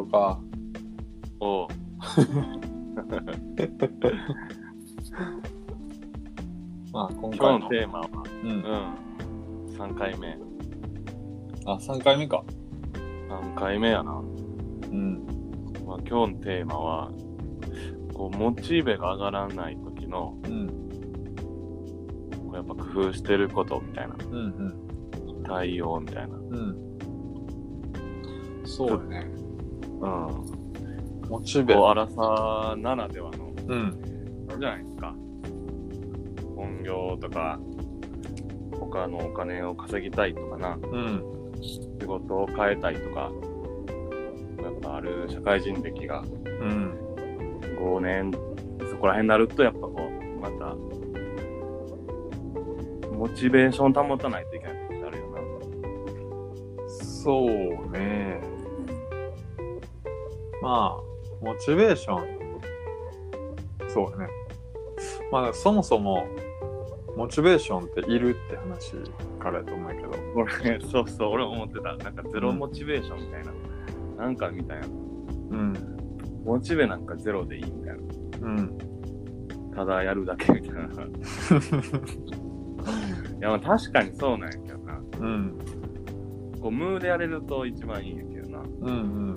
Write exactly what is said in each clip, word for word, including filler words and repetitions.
か。 おうまあ今回今日ののテーマは、 うん、 うん、さんかいめ。 あ、さんかいめか。 さんかいめやな。 うん。 まあ、今日のテーマは、こうモチベが上がらない時の、 うん、 こうやっぱ工夫してることみたいな、 うん、 対応みたいな。 うん、うん。そうよね。 うん。 モチベ。 こうアラサーならではの、 うん。 あれじゃないですか。本業とか、他のお金を稼ぎたいとかな。 うん。 仕事を変えたいとか、やっぱある社会人歴がうん。 ごねん、そこら辺になるとやっぱこう、また、モチベーション保たないといけないってあるよな。 そうね。まあ、モチベーション。そうね。まあ、そもそも、モチベーションっているって話からやと思うけど。 俺、そうそう、俺思ってた。なんかゼロモチベーションみたいな。うん、なんかみたいな。 うん。 モチベなんかゼロでいいみたいな。 うん。 ただやるだけみたいな。いや、まあ確かにそうなんやけどな。 うん。 こう、ムーでやれると一番いいんやけどな。 うんうん。 うん、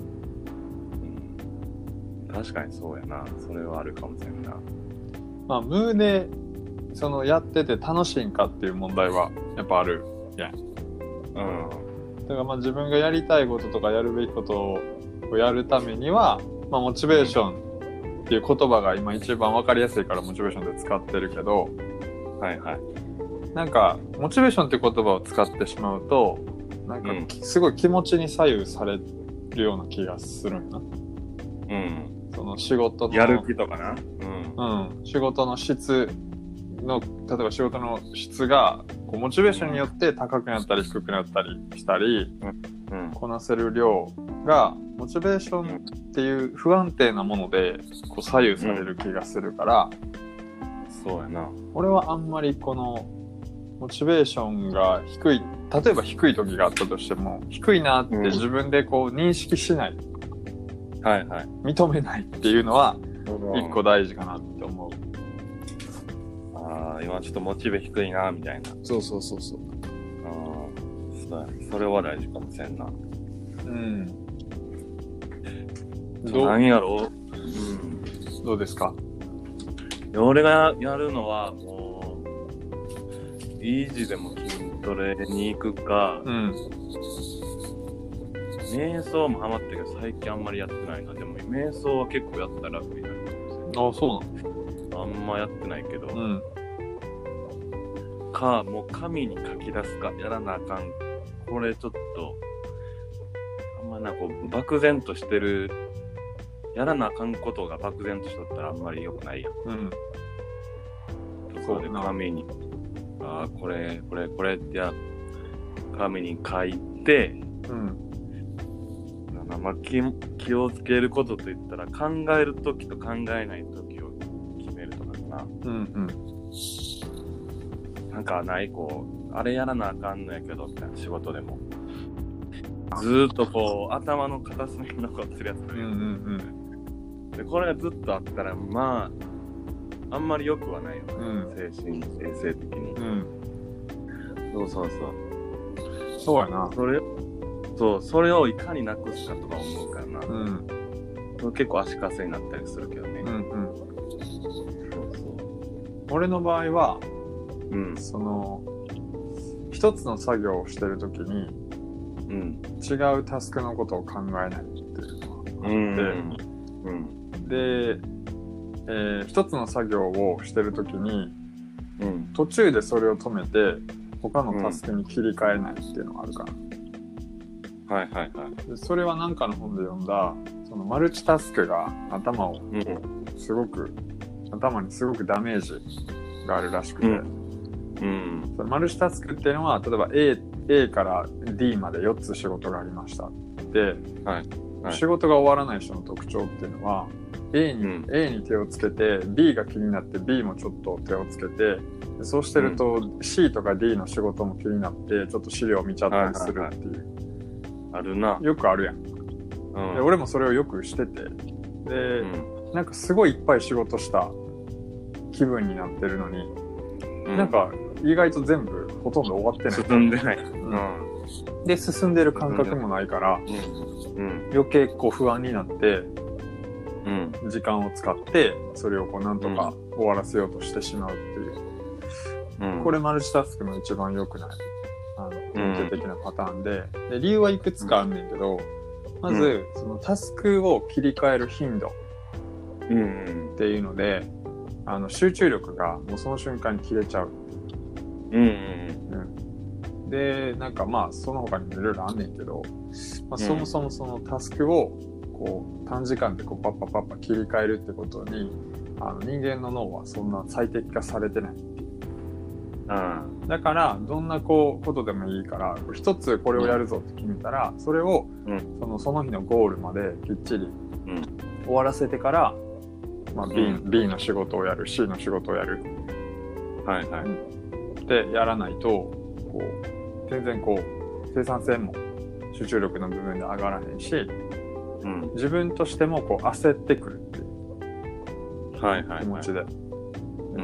確かにそうやな。それはあるかもしれんな。 まあ、ムーで、そのやってて楽しいんかっていう問題はやっぱあるやん。うん。だからまあ自分がやりたいこととかやるべきことをやるためには、まあモチベーションっていう言葉が今一番わかりやすいからモチベーションで使ってるけど、 はいはい。 なんかモチベーションっていう言葉を使ってしまうと、なんかすごい気持ちに左右されるような気がするんだ。うん。その仕事のやる気とかな。 うん。うん。仕事の質の例えば仕事の質がこうモチベーションによって高くなったり低くなったりしたり、うん、こなせる量がモチベーションっていう不安定なものでこう左右される気がするから、うん、 そうやな。 俺はあんまりこのモチベーションが低い、例えば低い時があったとしても低いなって自分でこう認識しない、うん、はいはい、認めないっていうのは一個大事かなって思う。 ああ、今ちょっとモチベ低いなみたいな。 そうそうそうそう。 ああ、そうや。それは大事かもしれんな。うん。どう何やろう。うん。 どうですか。 俺がやるのはもうイージーでも筋トレに行くか。うん。瞑想もハマってるけど最近あんまりやってないな。でも瞑想は結構やったら楽になるかもしれない。 ああ、そうなの。あんまやってないけど。 うん。 か、もう紙に書き出すか、やらなあかん。これちょっと、あんまな、こう、漠然としてる、やらなあかんことが漠然としとったらあんまり良くないやん。うん。そこで紙に、ああ、これ、これ、これってや、紙に書いて、うん。まあ、気、気をつけることといったら、考えるときと考えないときを決めるとかかな。うんうん。なんかないこうあれやらなあかんのやけどみたいな仕事でもずーっとこう頭の片隅に残ってるやつという、うんうんうん、でこれがずっとあったらまああんまり良くはないよね、うん、精神衛生的に、うん、そうそうそうそうやな。 それそうそれをいかになくすかとか思うからな、うん、結構足かせになったりするけどね、うんうん、 そうそう俺の場合はうん、その一つの作業をしてるときに、うん、違うタスクのことを考えないっていうのがあって、うんうん、で、えー、一つの作業をしてるときに、うん、途中でそれを止めて他のタスクに切り替えないっていうのがあるから、うん、はいはいはい。でそれは何かの本で読んだそのマルチタスクが頭をすごく、うん、頭にすごくダメージがあるらしくて、うんうん、そのマルチタスクっていうのは例えば A, A から D までよっつ仕事がありましたで、はいはい、仕事が終わらない人の特徴っていうのは A に、うん、A に手をつけて B が気になって B もちょっと手をつけてでそうしてると、うん、C とか D の仕事も気になってちょっと資料を見ちゃったりするっていう、はいはいはい、 あるな。 よくあるやん。 うん、で俺もそれをよくしてて、で、うん、なんかすごいいっぱい仕事した気分になってるのに、うん、なんか意外と全部ほとんど終わってない。 進んでない。 うん、で進んでる感覚もないから、うんうん、余計こう不安になって、うん、時間を使ってそれをこうなんとか終わらせようとしてしまうっていう、うん、これマルチタスクの一番良くないあの典型的なパターンで、で理由はいくつかあんねんけど、まず、うん、そのタスクを切り替える頻度っていうので、うん、あの集中力がもうその瞬間に切れちゃう。うんうんうん、でなんかまあその他にもいろいろあんねんけど、まあ、そもそもそのタスクをこう短時間でこうパッパパッパ切り替えるってことにあの人間の脳はそんな最適化されてないっていう、うん、だからどんなこうことでもいいから一つこれをやるぞって決めたら、それを、うん、そのその日のゴールまできっちり終わらせてから、まあ B, うん、B の仕事をやる C の仕事をやる、はいはい、うんでやらないとこう全然こう生産性も集中力の部分で上がらへんし、うん、自分としてもこう焦ってくるっていう気持ちで、はいはいはい、うん、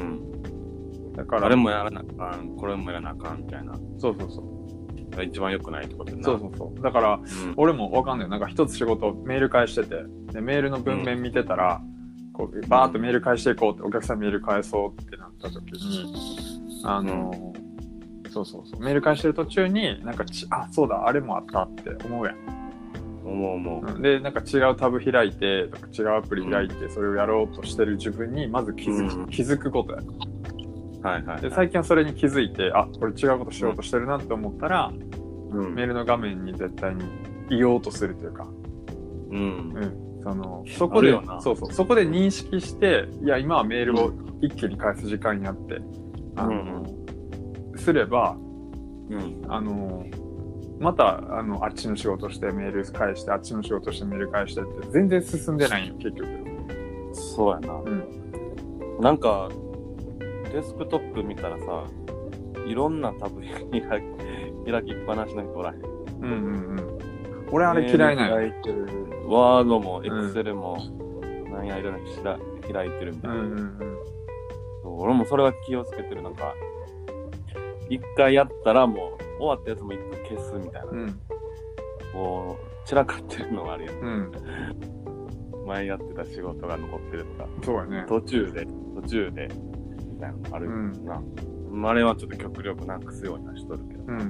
だからあれもやらなあかんこれもやらなあかんみたいな、 そうそうそうが一番良くないってことな。 そうそうそうだから、うん、俺も分かんないよ。なんか一つ仕事メール返しててでメールの文面見てたら、うん、こうバーッとメール返していこうってお客さんメール返そうってなった時にあの、うん、そうそうそうメール返してる途中になんかちあそうだあれもあったって思うやん。 思う思う、 うん、でなんか違うタブ開いてとか違うアプリ開いてそれをやろうとしてる自分にまず気づき、うん、気づくことや、はいはいはい、で最近はそれに気づいてあこれ違うことしようとしてるなって思ったら、うん、メールの画面に絶対に言おうとするというか、うんうん、そのそこでそうそうそこで認識していや今はメールを一気に返す時間になって、あのうん、すれば、うん、あのまたあのあっちの仕事してメール返してあっちの仕事してメール返してって全然進んでないよ結局。 そうやな、うん、なんかデスクトップ見たらさいろんなタブ開き開きっぱなしの人おらへん。うんうんうん。 俺あれ嫌いなんよ。 ワードもエクセルも、うん、なんやいろいろ開いてるみたいな、うんうんうん、そう俺もそれは気をつけてる。なんか一回やったらもう終わったやつも一回消すみたいな、うん、こう散らかってるのがあるやん、うん、前やってた仕事が残ってるとかそうやね途中で途中でみたいなのあるな、うん、あれはちょっと極力なくすようにはしとるけど、うんうん、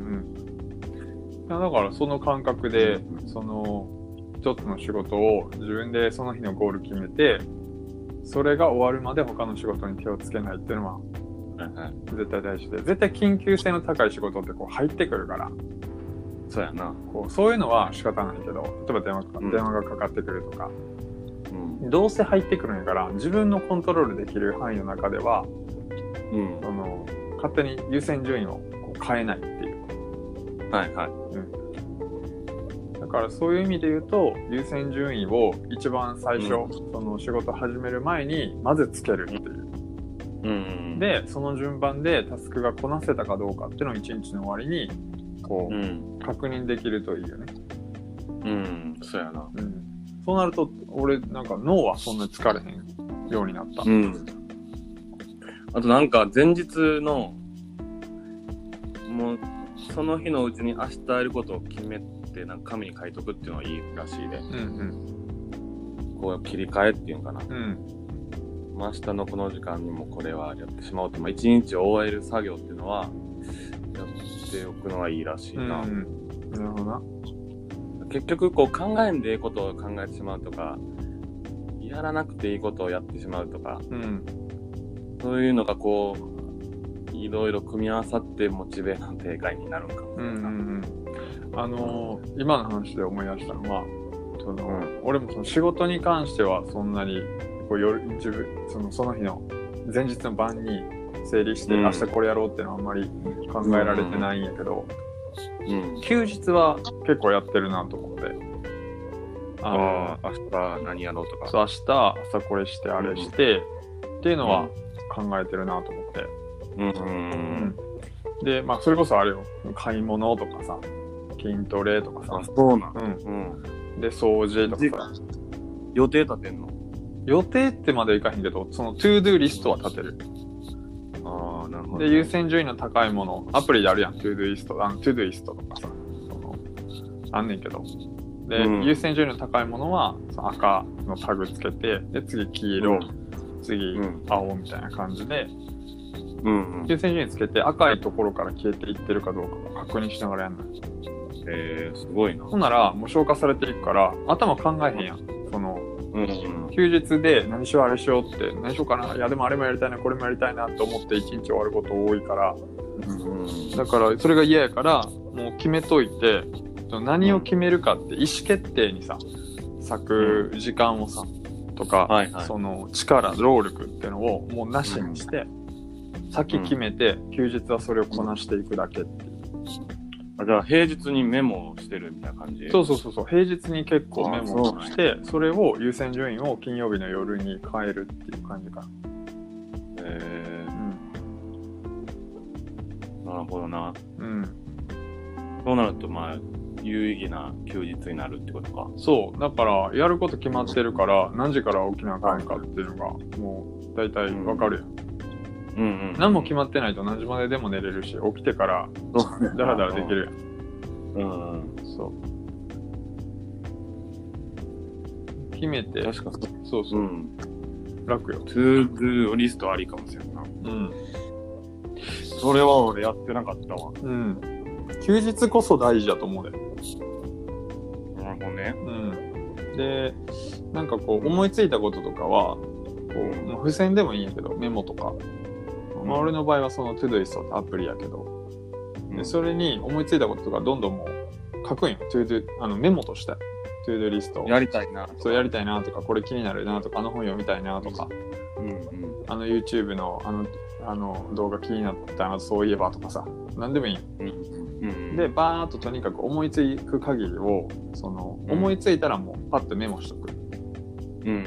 だからその感覚で、うん、その一つの仕事を自分でその日のゴール決めてそれが終わるまで他の仕事に手をつけないっていうのは絶対大事で、絶対緊急性の高い仕事ってこう入ってくるから、 そうやな、 こうそういうのは仕方ないけど、例えば電話か、うん、電話がかかってくるとか、うん、どうせ入ってくるんやから自分のコントロールできる範囲の中では、うん、その勝手に優先順位をこう変えないっていう。はいはい。うん。だからそういう意味で言うと優先順位を一番最初、うん、その仕事始める前にまずつけるっていう。うん、でその順番でタスクがこなせたかどうかっていうのを一日の終わりにこう、うん、確認できるといいよね。 うんそうやな、うん、 そうなると俺なんか脳はそんなに疲れへんようになった、うん、 あとなんか前日のもうその日のうちに明日やることを決めてなんか紙に書いとくっていうのはいいらしいで、うんうん、こう切り替えっていうのかな、うん明日のこの時間にもこれはやってしまおうと、まあ、一日を終える作業っていうのはやっておくのはいいらしいな、うん、なるほどな。結局こう考えんでいいことを考えてしまうとかやらなくていいことをやってしまうとか、うん、そういうのがこういろいろ組み合わさってモチベの低下になるのかもしれないな、うんうんうん、あのー、今の話で思い出したのはその、うん、俺もその仕事に関してはそんなにこう夜自分そのその日の前日の晩に整理して、うん、明日これやろうってのはあんまり考えられてないんやけど、うんうん、休日は結構やってるなと思って、 ああ明日何やろうとか、 そう明日朝これしてあれして、うん、っていうのは考えてるなと思って、うんうんうん、でまあそれこそあれよ買い物とかさ筋トレとかさ、 あそうなん、うんうん、 で掃除とかさ。 予定立てんの？ 予定ってまでいかへんけど、そのトゥードゥーリストは立てる。 ああ、なるほど、 で、優先順位の高いもの、アプリであるやん、トゥードゥーリスト、あの、トゥードゥーリストとかさ、その、あんねんけど。で、うん、優先順位の高いものは、その赤のタグつけて、で、次黄色、うん、次青みたいな感じで、うんうん、優先順位つけて赤いところから消えていってるかどうかも確認しながらやんの。 へえー、すごいな。 ほんなら、もう消化されていくから、頭考えへんやん。その、うんうん、休日で何しようあれしようって、何しようかな、いやでもあれもやりたいな、これもやりたいなって思って一日終わること多いから、うんうん、だからそれが嫌やから、もう決めといて、何を決めるかって意思決定にさ、割く時間をさ、とか、はいはい、その力、労力っていうのをもうなしにして、うん、先決めて、休日はそれをこなしていくだけっていう。 あ、じゃあ平日にメモしてるみたいな感じ？ そうそうそうそう、平日に結構メモして、それを優先順位を金曜日の夜に変えるっていう感じかな。 へー、うん、なるほどな。うん。そうなるとまあ有意義な休日になるってことか。 そう、だからやること決まってるから何時から起きなあかんかっていうのがもう大体わかるやん。うんうんうん、何も決まってないと何時まででも寝れるし、起きてからダラダラできるやん。うん、うん、そう。決めて、 確かそうそう、うん、楽よ。 トゥードゥーリストありかもしれんな。うん。それは俺やってなかったわ。 うん。休日こそ大事だと思うで。 なるほどね。 うん。で、なんかこう思いついたこととかは、こうもう付箋でもいいんやけど、メモとか。まあ、俺の場合はそのトゥードゥーリストってアプリやけど、うん、でそれに思いついたこととかどんどんもう書くんよ。トゥードゥあのメモとしてトゥードゥーリストやりたいな、 そうやりたいなとか、これ気になるなとか、あの本読みたいなとか、うんうん、あの YouTube のあのあの動画気になったな、そういえばとかさ、なんでもいいよ、うんうん、でバーっととにかく思いつく限りをその、うん、思いついたらもうパッとメモしとく。うんうん、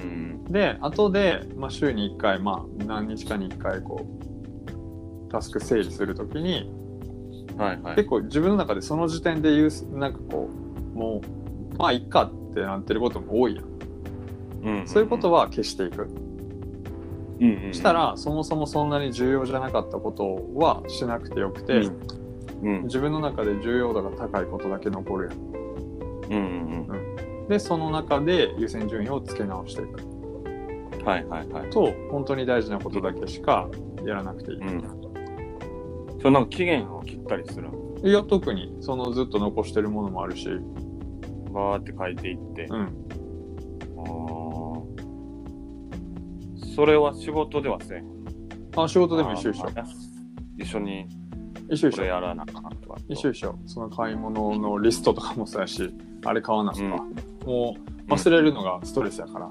で後で、まあ、週にいっかい、まあ、何日かにいっかいこうタスク整理するときに、はいはい、結構自分の中でその時点で言う、なんかこう、もう、まあいっかってなってることも多いやん。うんうんうん、そういうことは消していく。うんうんうん、したら、そもそもそんなに重要じゃなかったことはしなくてよくて、うんうん、自分の中で重要度が高いことだけ残るやん。うんうんうん、で、その中で優先順位をつけ直していく。はいはいはい。と、本当に大事なことだけしかやらなくていい。うんそのなんか期限を切ったりするの？ いや、特にそのずっと残してるものもあるし、 バーって書いていって、うん、あそれは仕事ではせん？ あ、仕事でも一緒一緒。 一緒に一緒一緒。 これやらなあかんとか。 一緒一緒。その買い物のリストとかもそうやし、あれ買わなとか、うん、もう忘れるのがストレスやから。うん、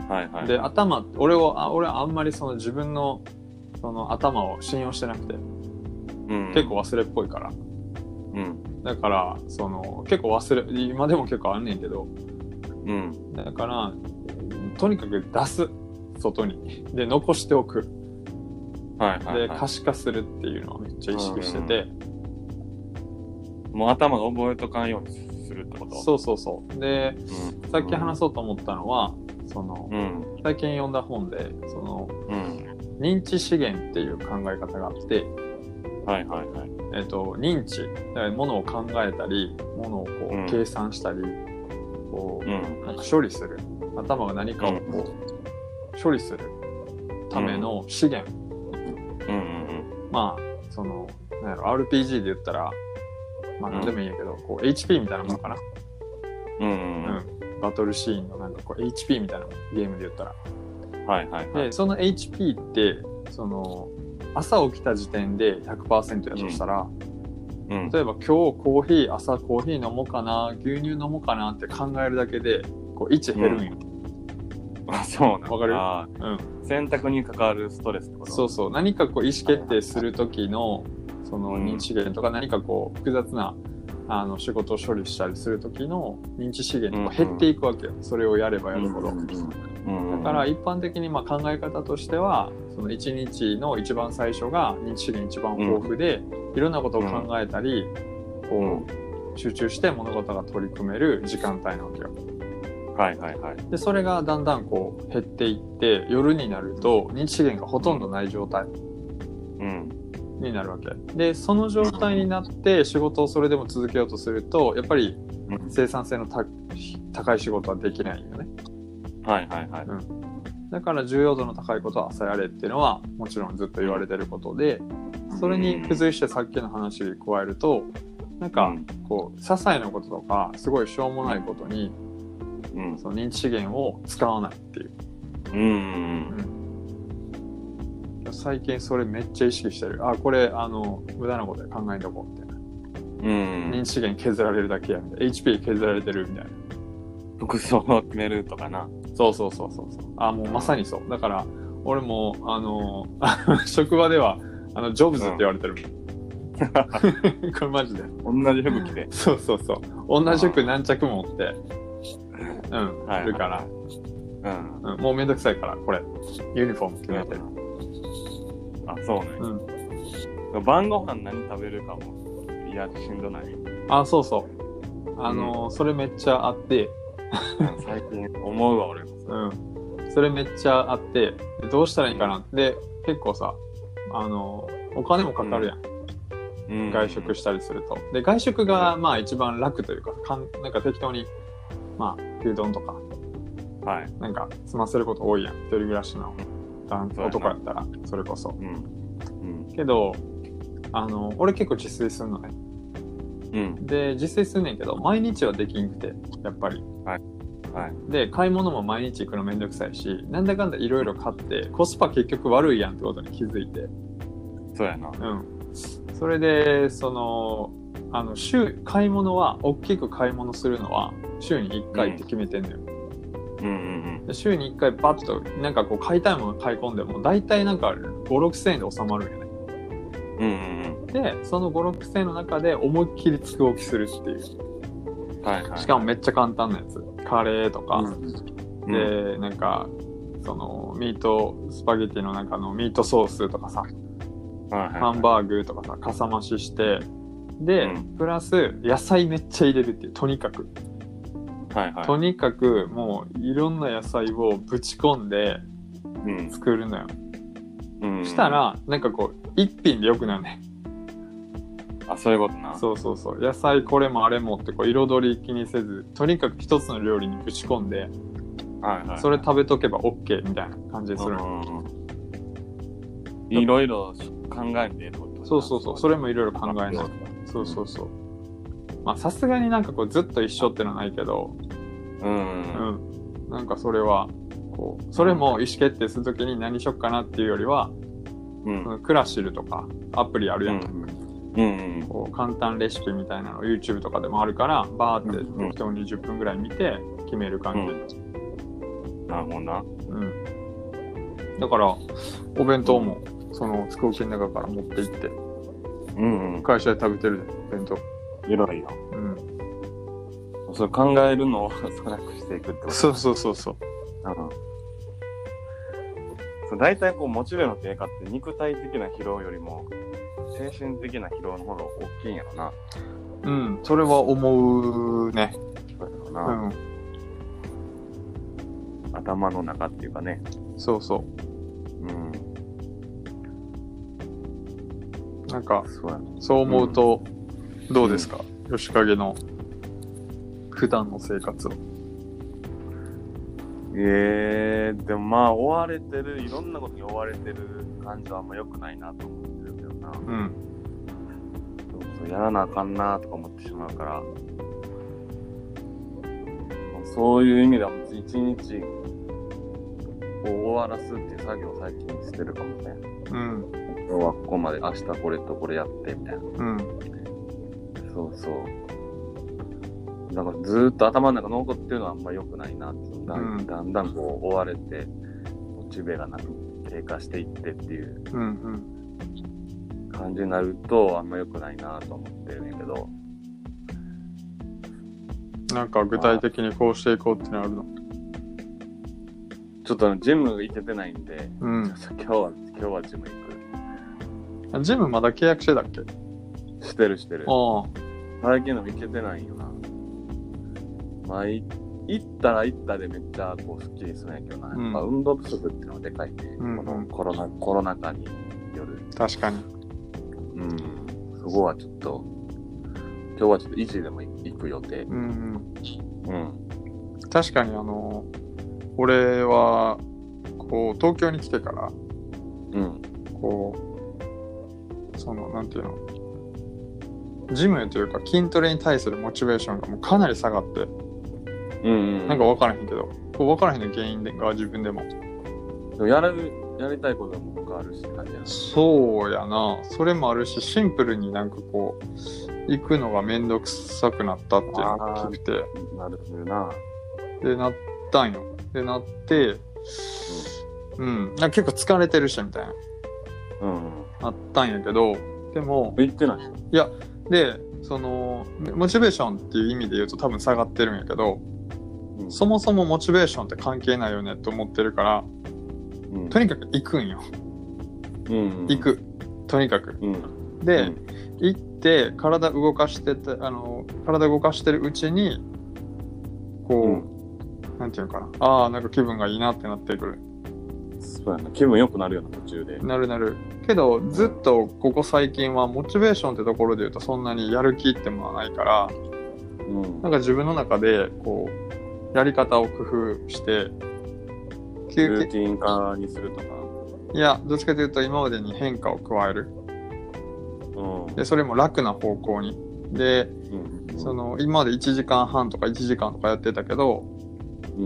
はいはい。で、頭、俺はあ俺はあんまりその自分のその頭を信用してなくて。うん、結構忘れっぽいから、うん、だからその結構忘れ今でも結構あんねんけど、うん、だからとにかく出す外にで残しておく、はいはいはい、で可視化するっていうのをめっちゃ意識してて、 うん、もう頭が覚えとかんようにするってこと？ そうそうそうで、うん、さっき話そうと思ったのはその、うん、最近読んだ本でその、うん、認知資源っていう考え方があってはいはいはい。えっと、認知、ものを考えたり、ものをこう、うん、計算したり、こう、うん、なんか処理する。頭が何かをこう、うん、処理するための資源。うんうんうん、まあ、その、なんやろ、アールピージー で言ったら、まあ何でもいいんやけど、うん、こう、エイチピー みたいなものかな。うんうんうん。バトルシーンのなんかこう、エイチピー みたいなゲームで言ったら。はいはいはい。で、その エイチピー って、その、朝起きた時点で ひゃくパーセント やとしたら、うんうん、例えば今日コーヒー朝コーヒー飲もうかな牛乳飲もうかなって考えるだけでこういち減るんよ、 うん、あそうなんわかる？ あ、うん、選択に関わるストレスってこと？ そうそう何かこう意思決定する時のその認知資源とか何かこう複雑なあの仕事を処理したりする時の認知資源とか減っていくわけよ、うんうん、それをやればやるほど、うんうんうん、だから一般的にまあ考え方としてはそのいちにちの一番最初が認知資源一番豊富で、うん、いろんなことを考えたり、うん、こう集中して物事が取り組める時間帯なわけよ。 はいはいはい。 でそれがだんだんこう減っていって夜になると認知源がほとんどない状態になるわけ、うん、でその状態になって仕事をそれでも続けようとするとやっぱり生産性のた高い仕事はできないよね。 はいはいはい、 うん、だから重要度の高いことは朝やれっていうのはもちろんずっと言われてることで、それに付随してさっきの話に加えるとなんかこう些細なこととかすごいしょうもないことに、うん、その認知資源を使わないっていう、うんうんうん、最近それめっちゃ意識してる。あこれあの無駄なことで考えとこうみたいな、うん、認知資源削られるだけやみたいな エイチピー 削られてるみたいな、 服装を決めるとかな。 そうそうそうそうそう。あもうまさにそう。だから俺もあの職場ではあのジョブズって言われてる、うん、これマジで同じ服着てそうそうそう同じ服何着も持ってうん、はい、いるから、うんうん、もうめんどくさいからこれユニフォーム決めてる、 うん、あそうね、うん、晩ご飯何食べるかもいやしんどない。 あそうそうあのーうん、それめっちゃあって最近思うわ俺も、 うん、それめっちゃあってどうしたらいいかな、うん、で結構さあのお金もかかるやん、うん、外食したりすると。で外食がまあ一番楽というか、かんなんか適当にまあ牛丼とか、はい、なんか済ませること多いやん、一人暮らしの男やったらそれこそ、うんうん、けどあの俺結構自炊するのね、うん、で自炊すんねんけど毎日はできんくてやっぱり、はいはい、で買い物も毎日行くのめんどくさいしなんだかんだいろいろ買ってコスパ結局悪いやんってことに気づいて、 そうやな、 うん、それでそのあの週買い物は大きく買い物するのは週にいっかいって決めてんのよ、うんうんうん、で週にいっかいバッとなんかこう買いたいもの買い込んでも大体なんかご、ろくせんえんで収まるんよね、うんうんうん、でそのご、ろくせんえんの中で思いっきりつく置きするっていう、はいはいはい、しかもめっちゃ簡単なやつカレーとか、うん、で、うん、なんかそのミートスパゲティの中のミートソースとかさ、はいはいはい、ハンバーグとかさかさ増ししてで、うん、プラス野菜めっちゃ入れるっていうとにかく、はいはい、とにかくもういろんな野菜をぶち込んで作るのよ、うん、したらなんかこう一品でよくなるね。 あそういうことな。 そうそうそう野菜これもあれもってこう彩り気にせずとにかく一つの料理にぶち込んで、はいはいはい、それ食べとけば OK みたいな感じでするの。 いろいろ考えてってこと。 そうそうそうそれもいろいろ考えない。そうそうそう。まあさすがになんかこうずっと一緒ってのはないけど、うん、うん、なんかそれはこうそれも意思決定するときに何しよっかなっていうよりは、うん、そのクラシルとかアプリあるやん、うんうんうん、こう簡単レシピみたいなの YouTube とかでもあるからバーって適当にじゅっぷんぐらい見て決める感じ、 うん、なるほどな、うん、 だからお弁当もそのつくおきの中から持って行って、うんうん、会社で食べてる弁当偉いよ、うん、それ考えるのを少なくしていくってこと。 そうそうそうそう、 うん、だいたいこうモチベの低下って肉体的な疲労よりも精神的な疲労の方が大きいんやろな。 うんそれは思うね。そうやろな、うん、 頭の中っていうかね。 そうそう、うん、なんか そうや、ね、そう思うと、うん、どうですか、うん、吉影の普段の生活を。 えー、でもまあ追われてるいろんなことに追われてる感じはあんま良くないなと思ってるけどな、うん、そうそうやらなあかんなとか思ってしまうから、そういう意味では一日こう終わらすっていう作業を最近してるかもね、うん、今日はここまで明日これとこれやってみたいな、うん、そうそうだからずーっと頭の中残ってるのはあんま良くないなっていうのが、うん、だんだんこう追われてモチベがなく低下していってっていう感じになるとあんま良くないなと思ってるんやけど、 なんか具体的にこうしていこうってのあるの？ ちょっとジム行けてないんで、うん、今日は今日はジム行く。 ジムまだ契約してたっけ？ してるしてる。ああ。 最近の見けてないよな。まあ、い行ったら行ったでめっちゃこうスッキリするんやけどな。やっぱ運動不足っていうのはでかいね。うん、このコロナ、コロナ禍による。 確かに。 うん。そこはちょっと、今日はちょっと維持でも行く予定。うん、 うん。うん。確かにあの、俺は、こう、東京に来てから、うん。こう、その、なんていうの、ジムというか筋トレに対するモチベーションがもうかなり下がって、うんうん、なんか分からへんけど、こう分からへんの原因が自分でも。 でもやる、やりたいことも僕あるし感じやな。 そうやな。それもあるし、シンプルになんかこう、行くのがめんどくさくなったっていうのが大きくて。 なるほどな。 で、なったんよ。で、なって、うん。うん、なんか結構疲れてるし、みたいな。うん。あったんやけど、でも。 行ってない？ いや、で、その、モチベーションっていう意味で言うと多分下がってるんやけど、うん、そもそもモチベーションって関係ないよねって思ってるから、うん、とにかく行くんよ。うんうん、行く。とにかく。うん、で、うん、行って体動かしてて、あの、体動かしてるうちに、こう、うん、なんていうのかな。ああ、なんか気分がいいなってなってくる。 そうやな。気分良くなるような途中で。 なるなる。けどずっとここ最近はモチベーションってところで言うとそんなにやる気ってものはないから、うん、なんか自分の中でこうやり方を工夫してルーティン化にするとか、 いやどっちかというと今までに変化を加える、うん、でそれも楽な方向にで、うんうん、その今までいちじかんはんとかいちじかんとかやってたけど、うん、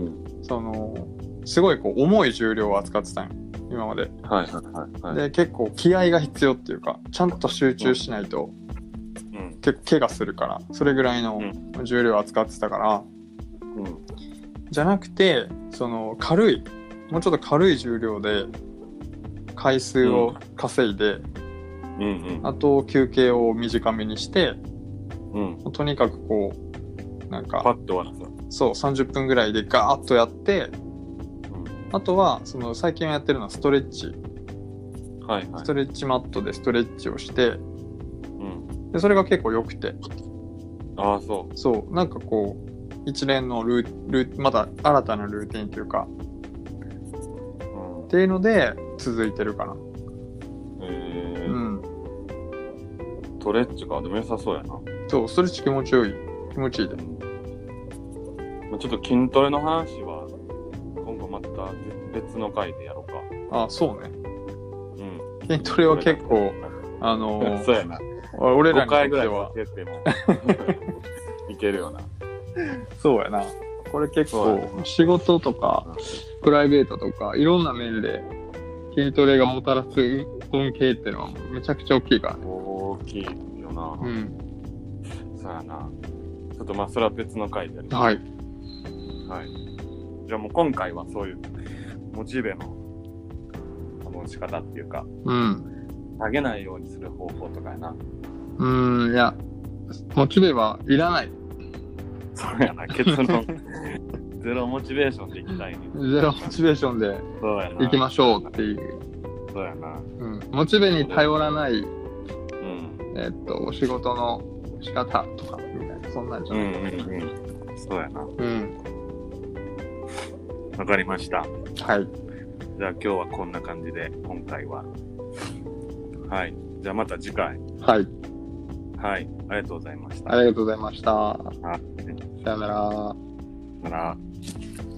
そのすごいこう重い重量を扱ってたんよ今まで、はいはいはいはい、で結構気合が必要っていうかちゃんと集中しないと、うん、結構怪我するからそれぐらいの重量を扱ってたから、うん、じゃなくてその軽いもうちょっと軽い重量で回数を稼いで、うんうんうん、あと休憩を短めにして、うん、とにかくこうなんかパッと終わらすそうさんじゅっぷんぐらいでガーッとやってあとはその最近やってるのはストレッチ、はいはい、ストレッチマットでストレッチをして、うん、でそれが結構良くてああそうそうなんかこう一連のルールーまた新たなルーティンというか、うん、っていうので続いてるかな。へえー、うん。ストレッチかでも良さそうやな。 そうストレッチ気持ちよい気持ちいいで、 うん、ちょっと筋トレの話はまた別の回でやろうか。あ、そうね。うん。筋トレは結構、あのー、 そうやな。 俺らにとっては。 ごかいぐらいかけてもいけるよな。 そうやな。これ結構、仕事とか、プライベートとか、いろんな面で筋トレがもたらす恩恵っていうのはめちゃくちゃ大きいから、ね。 大きいよな。うん。そうやな。ちょっとまあ、それは別の回でやります。はい。はい。じゃあもう今回はそういうモチベの保ち方っていうか、うん、下げないようにする方法とかやな。 うーんいやモチベはいらない。 そうやな結論ゼロモチベーションでいきたいね。 ゼロモチベーションでいきましょうっていう。 そうやな。 うん、モチベに頼らない、うん、えー、っとお仕事の仕方とかみたいなそんなんじゃない。うんうんうん。 そうやな。うん。わかりました。はい。じゃあ今日はこんな感じで今回は。はい。じゃあまた次回。はい。はい。ありがとうございました。 ありがとうございました。はい。さよなら。 さよなら。